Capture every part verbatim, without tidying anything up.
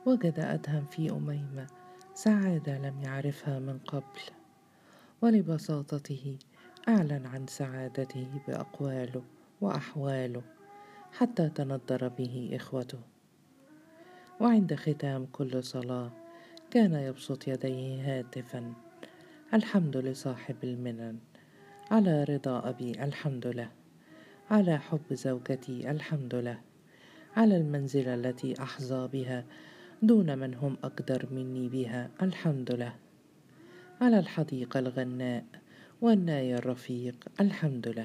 وجد أدهم في أميمة سعادة لم يعرفها من قبل، ولبساطته أعلن عن سعادته بأقواله وأحواله حتى تندر به إخوته. وعند ختام كل صلاة كان يبسط يديه هاتفا: الحمد لصاحب المنن، على رضا أبي الحمد له، على حب زوجتي الحمد له، على المنزلة التي أحظى بها دون من هم أقدر مني بها الحمد له، على الحديقة الغناء والناي الرفيق الحمد له.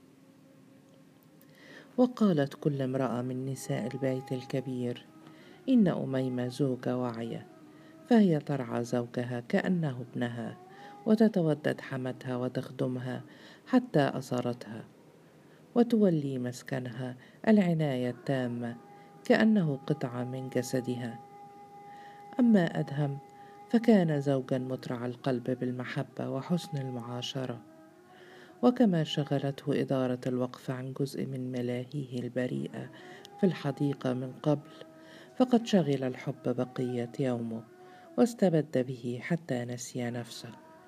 وقالت كل امرأة من نساء البيت الكبير: إن أميمة زوجة واعية، فهي ترعى زوجها كأنه ابنها، وتتودد حمتها وتخدمها حتى أصرتها، وتولي مسكنها العناية التامة كأنه قطعة من جسدها. أما أدهم فكان زوجا مترع القلب بالمحبة وحسن المعاشرة، وكما شغلته إدارة الوقف عن جزء من ملاهيه البريئة في الحديقة من قبل، فقد شغل الحب بقية يومه واستبد به حتى نسي نفسه.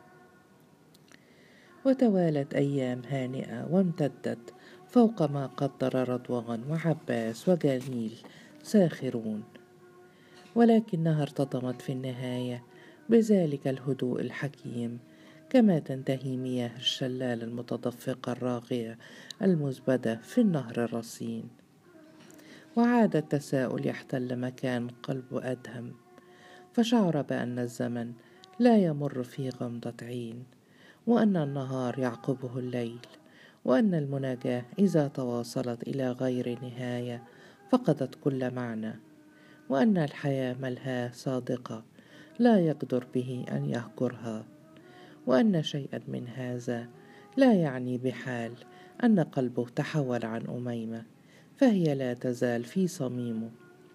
وتوالت أيام هانئة وامتدت فوق ما قدر رضوان وعباس وجميل ساخرون، ولكنها ارتطمت في النهاية بذلك الهدوء الحكيم، كما تنتهي مياه الشلال المتدفقة الراغية المزبدة في النهر الرصين. وعاد التساؤل يحتل مكان قلب أدهم، فشعر بأن الزمن لا يمر في غمضة عين، وأن النهار يعقبه الليل، وأن المناجاة إذا تواصلت إلى غير نهاية فقدت كل معنى، وأن الحياة ملهاة صادقة لا يقدر به أن يهجرها، وأن شيئا من هذا لا يعني بحال أن قلبه تحول عن أميمة، فهي لا تزال في صميمه،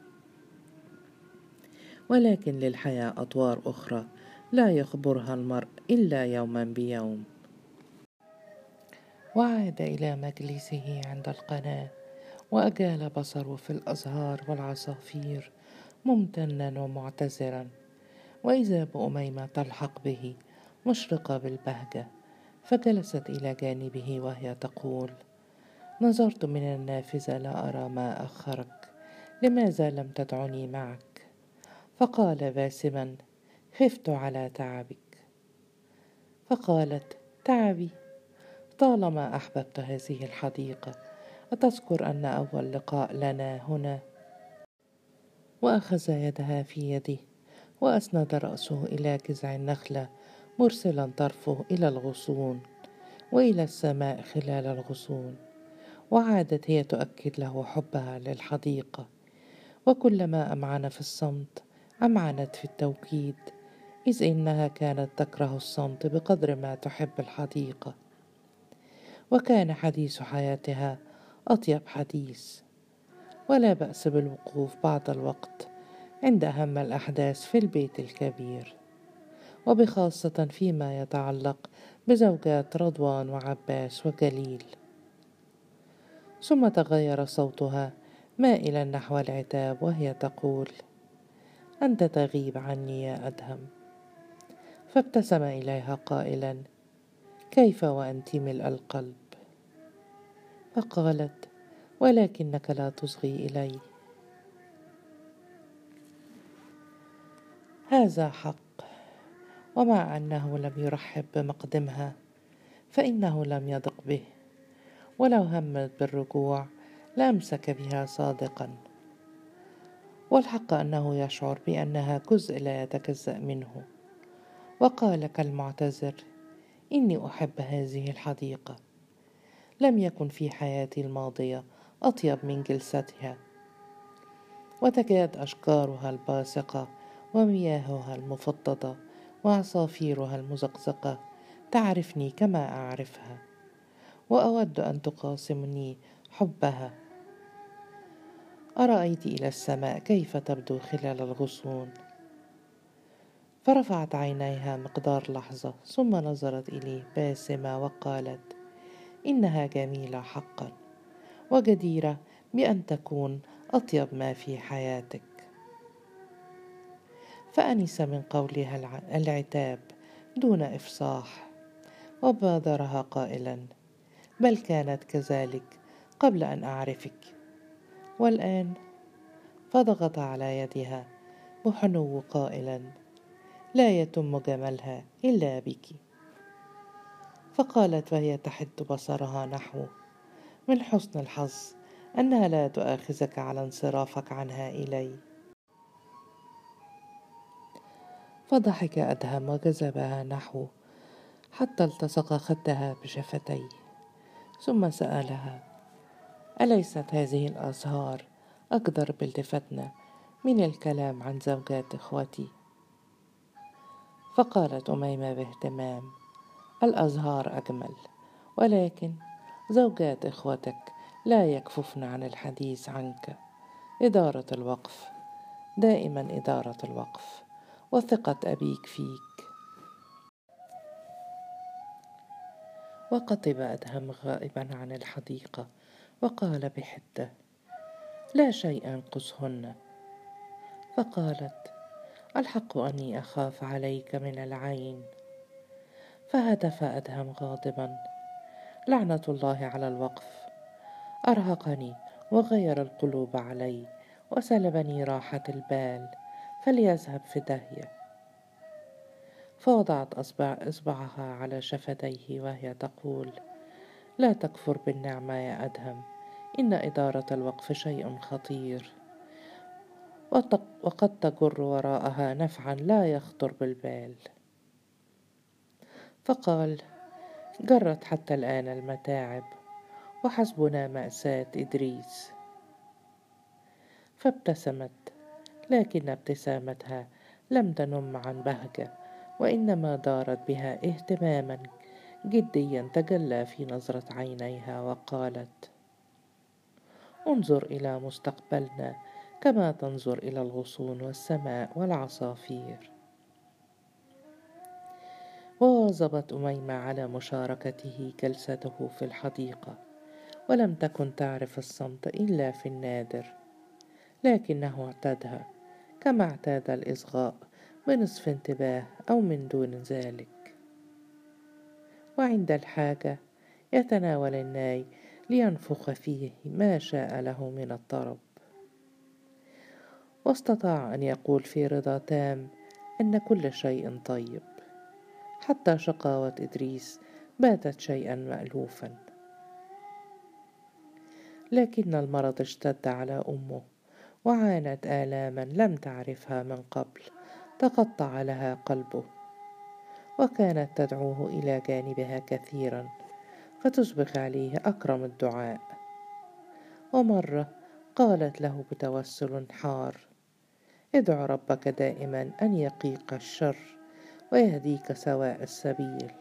ولكن للحياة أطوار أخرى لا يخبرها المرء إلا يوما بيوم. وعاد إلى مجلسه عند القناة، وأجال بصره في الأزهار والعصافير ممتنا ومعتذرا، وإذا بأميمة تلحق به مشرقة بالبهجة، فجلست إلى جانبه وهي تقول: نظرت من النافذة لا أرى ما أخرك، لماذا لم تدعني معك؟ فقال باسما: خفت على تعبك. فقالت: تعبي؟ طالما أحببت هذه الحديقة، أتذكر أن أول لقاء لنا هنا؟ وأخذ يدها في يده وأسند رأسه إلى جذع النخلة، مرسلا طرفه إلى الغصون وإلى السماء خلال الغصون. وعادت هي تؤكد له حبها للحديقة، وكلما أمعن في الصمت أمعنت في التوكيد، إذ إنها كانت تكره الصمت بقدر ما تحب الحديقة. وكان حديث حياتها أطيب حديث، ولا بأس بالوقوف بعض الوقت عند أهم الأحداث في البيت الكبير، وبخاصة فيما يتعلق بزوجات رضوان وعباس وجليل. ثم تغير صوتها مائلا نحو العتاب وهي تقول: أنت تغيب عني يا أدهم. فابتسم إليها قائلا: كيف وأنت ملء القلب؟ فقالت: ولكنك لا تصغي إلي. هذا حق، ومع أنه لم يرحب بمقدمها فإنه لم يضق به، ولو همت بالرجوع لأمسك بها صادقا. والحق أنه يشعر بأنها جزء لا يتجزأ منه، وقال كالمعتذر: إني أحب هذه الحديقة، لم يكن في حياتي الماضية أطيب من جلستها، وتكاد أشجارها الباسقة ومياهها المفضلة وعصافيرها المزقزقة تعرفني كما أعرفها، وأود أن تقاسمني حبها. أرأيت إلى السماء كيف تبدو خلال الغصون؟ فرفعت عينيها مقدار لحظة، ثم نظرت إليه باسمة وقالت: إنها جميلة حقا، وجديرة بأن تكون أطيب ما في حياتك. فأنس من قولها الع- العتاب دون إفصاح، وبادرها قائلا: بل كانت كذلك قبل أن أعرفك، والآن؟ فضغط على يدها بحنو قائلا: لا يتم جمالها إلا بك. فقالت وهي تحد بصرها نحوه: من حسن الحظ أنها لا تؤاخذك على انصرافك عنها إلي. فضحك أدهم وجذبها نحوه حتى التصق خدها بشفتيه، ثم سألها: أليست هذه الأزهار أقدر بالتفتنا من الكلام عن زوجات إخوتي؟ فقالت أميمة باهتمام: الأزهار أجمل، ولكن زوجات إخوتك لا يكففن عن الحديث عنك. إدارة الوقف، دائما إدارة الوقف، وثقة أبيك فيك. وقطب أدهم غائبا عن الحديقة، وقال بحدة: لا شيء ينقصهن. فقالت: الحق أني أخاف عليك من العين. فهتف أدهم غاضبا: لعنة الله على الوقف، أرهقني وغير القلوب علي وسلبني راحة البال، فليذهب في داهية. فوضعت أصبع إصبعها على شفتيه وهي تقول: لا تكفر بالنعمة يا أدهم، إن إدارة الوقف شيء خطير، وقد تجر وراءها نفعا لا يخطر بالبال. فقال: جرت حتى الآن المتاعب، وحسبنا مأساة إدريس. فابتسمت، لكن ابتسامتها لم تنم عن بهجة، وإنما دارت بها اهتماما جديا تجلى في نظرة عينيها، وقالت: انظر إلى مستقبلنا كما تنظر إلى الغصون والسماء والعصافير. وواظبت أميمة على مشاركته جلسته في الحديقة، ولم تكن تعرف الصمت إلا في النادر، لكنه اعتادها كما اعتاد الإصغاء بنصف انتباه أو من دون ذلك. وعند الحاجة يتناول الناي لينفخ فيه ما شاء له من الطرب. واستطاع أن يقول في رضا تام أن كل شيء طيب، حتى شقاوة إدريس باتت شيئا مألوفا. لكن المرض اشتد على أمه، وعانت آلاما لم تعرفها من قبل، تقطع لها قلبه، وكانت تدعوه إلى جانبها كثيرا، فتصبح عليه أكرم الدعاء. ومرة قالت له بتوسل حار: ادع ربك دائما أن يقيك الشر ويهديك سواء السبيل.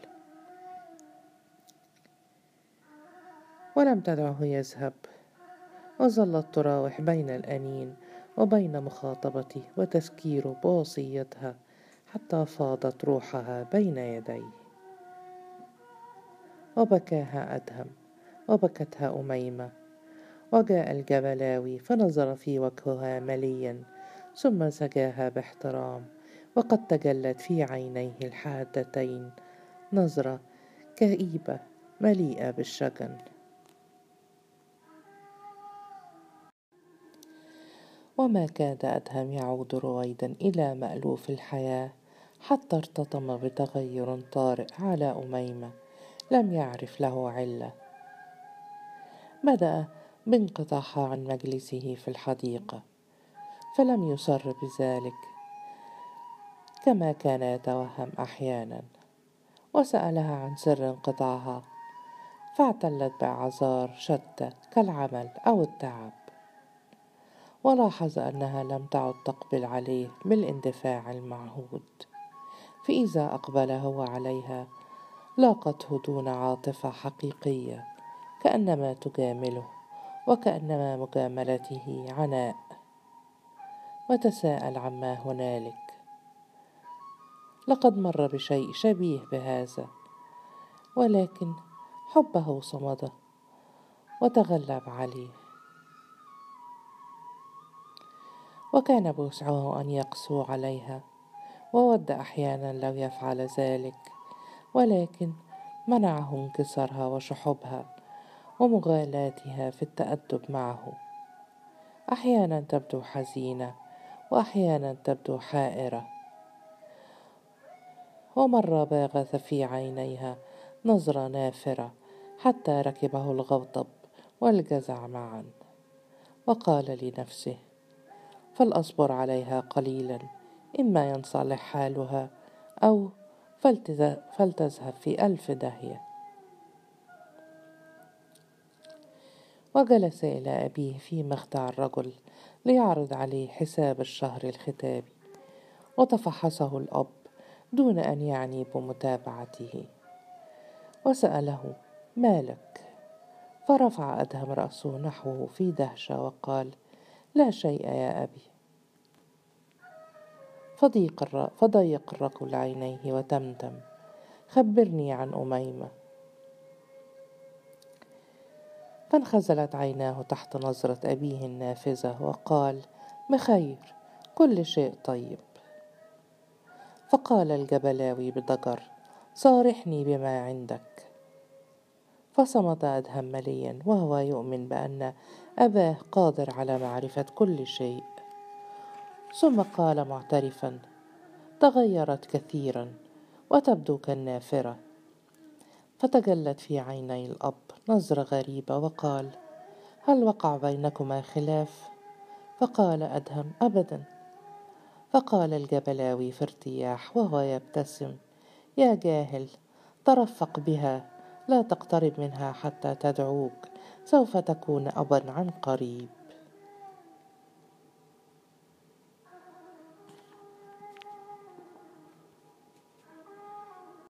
ولم تدعه يذهب، وظلت تراوح بين الأنين وبين مخاطبته وتذكيره بوصيتها، حتى فاضت روحها بين يديه. وبكاها أدهم، وبكتها أميمة، وجاء الجبلاوي فنظر في وجهها مليا، ثم سجاها باحترام، وقد تجلت في عينيه الحادتين نظرة كئيبة مليئة بالشجن. وما كاد أدهم يعود رويدا إلى مألوف الحياة، حتى ارتطم بتغير طارئ على أميمة لم يعرف له علة. بدأ بانقطاعها عن مجلسه في الحديقة، فلم يصر بذلك كما كان يتوهم أحيانا، وسألها عن سر انقطاعها، فاعتلت بأعذار شتى كالعمل أو التعب. ولاحظ أنها لم تعد تقبل عليه بالاندفاع المعهود، فإذا أقبل هو عليها لاقته دون عاطفة حقيقية، كأنما تجامله، وكأنما مجاملته عناء. وتساءل عما هنالك، لقد مر بشيء شبيه بهذا، ولكن حبه صمد وتغلب عليه، وكان بوسعه أن يقسو عليها، وود أحيانا لو يفعل ذلك، ولكن منعه انكسارها وشحوبها ومغالاتها في التأدب معه. أحيانا تبدو حزينة، وأحيانا تبدو حائرة، ومرة باغت في عينيها نظرة نافرة حتى ركبه الغضب والجزع معا، وقال لنفسه: فلأصبر عليها قليلا، إما ينصلح حالها أو فلتذهب في ألف داهية. وجلس إلى أبيه في مخدع الرجل ليعرض عليه حساب الشهر الختابي، وتفحصه الأب دون أن يعني بمتابعته، وسأله: ما لك؟ فرفع أدهم رأسه نحوه في دهشة وقال: لا شيء يا أبي. فضيق, الر... فضيق الرجل عينيه وتمتم: خبرني عن أميمة. فانخزلت عيناه تحت نظرة أبيه النافذة وقال: بخير، كل شيء طيب. فقال الجبلاوي بضجر: صارحني بما عندك. فصمت أدهم مليا وهو يؤمن بأن أباه قادر على معرفة كل شيء، ثم قال معترفا: تغيرت كثيرا وتبدو كالنافرة. فتجلت في عيني الأب نظرة غريبة وقال: هل وقع بينكما خلاف؟ فقال أدهم: أبدا. فقال الجبلاوي في ارتياح وهو يبتسم: يا جاهل، ترفق بها، لا تقترب منها حتى تدعوك، سوف تكون أبا عن قريب.